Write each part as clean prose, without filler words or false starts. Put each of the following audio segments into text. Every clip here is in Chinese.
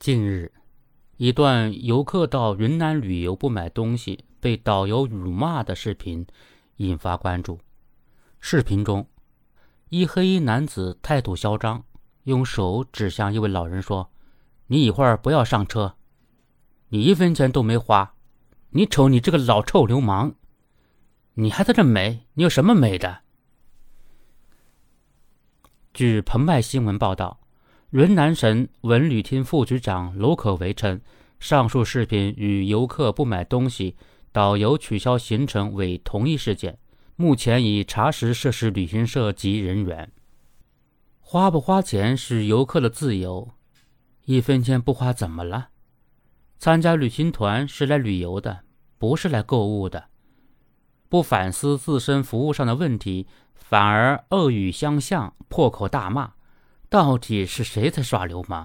近日，一段游客到云南旅游不买东西被导游辱骂的视频引发关注。视频中，一黑衣男子态度嚣张，用手指向一位老人说：“你一会儿不要上车，你1分钱都没花，你瞅你这个老臭流氓，你还在这美，你有什么美的？”据澎湃新闻报道，云南省文旅厅副局长娄可为称，上述视频与游客不买东西、导游取消行程为同一事件，目前已查实涉事旅行社及人员。花不花钱是游客的自由，1分钱不花怎么了？参加旅行团是来旅游的，不是来购物的。不反思自身服务上的问题，反而恶语相向，破口大骂，到底是谁在耍流氓？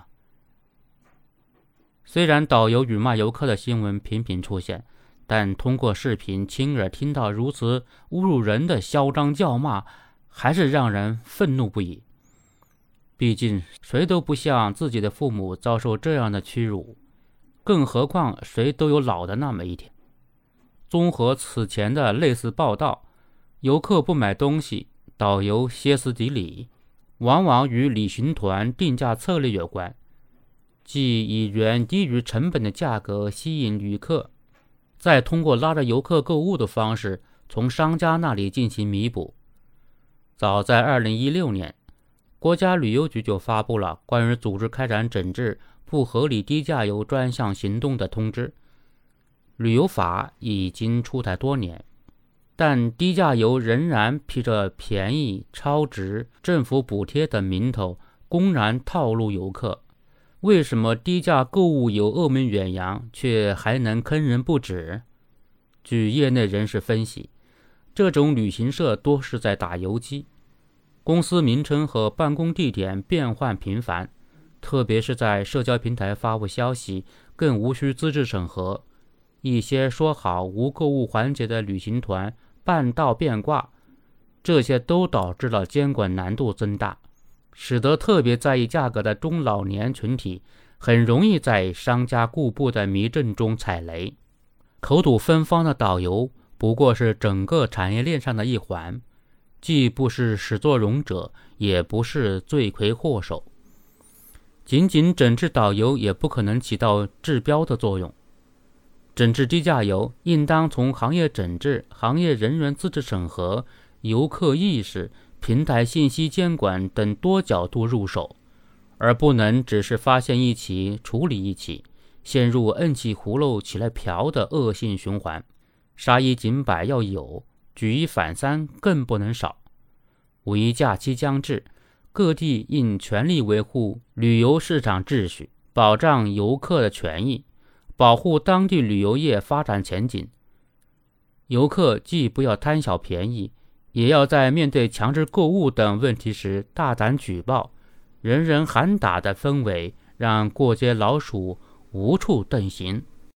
虽然导游辱骂游客的新闻频频出现，但通过视频亲耳听到如此侮辱人的嚣张叫骂，还是让人愤怒不已。毕竟谁都不想自己的父母遭受这样的屈辱，更何况谁都有老的那么一天。综合此前的类似报道，游客不买东西，导游歇斯底里，往往与旅行团定价策略有关，即以远低于成本的价格吸引旅客，再通过拉着游客购物的方式从商家那里进行弥补。早在2016年，国家旅游局就发布了关于组织开展整治不合理低价游专项行动的通知。旅游法已经出台多年，但低价游仍然披着便宜、超值、政府补贴等名头公然套路游客。为什么低价购物游恶名远扬，却还能坑人不止？据业内人士分析，这种旅行社多是在打游击，公司名称和办公地点变换频繁，特别是在社交平台发布消息，更无需资质审核。一些说好无购物环节的旅行团半道变卦，这些都导致了监管难度增大，使得特别在意价格的中老年群体很容易在商家固步的迷阵中踩雷。口吐芬芳的导游不过是整个产业链上的一环，既不是始作俑者，也不是罪魁祸首。仅仅整治导游也不可能起到治标的作用。整治低价游应当从行业整治、行业人员资质审核、游客意识、平台信息监管等多角度入手，而不能只是发现一起处理一起，陷入摁起葫芦起来瓢的恶性循环。杀一儆百要有，举一反三更不能少。五一假期将至，各地应全力维护旅游市场秩序，保障游客的权益，保护当地旅游业发展前景。游客既不要贪小便宜，也要在面对强制购物等问题时大胆举报，人人喊打的氛围让过街老鼠无处遁形。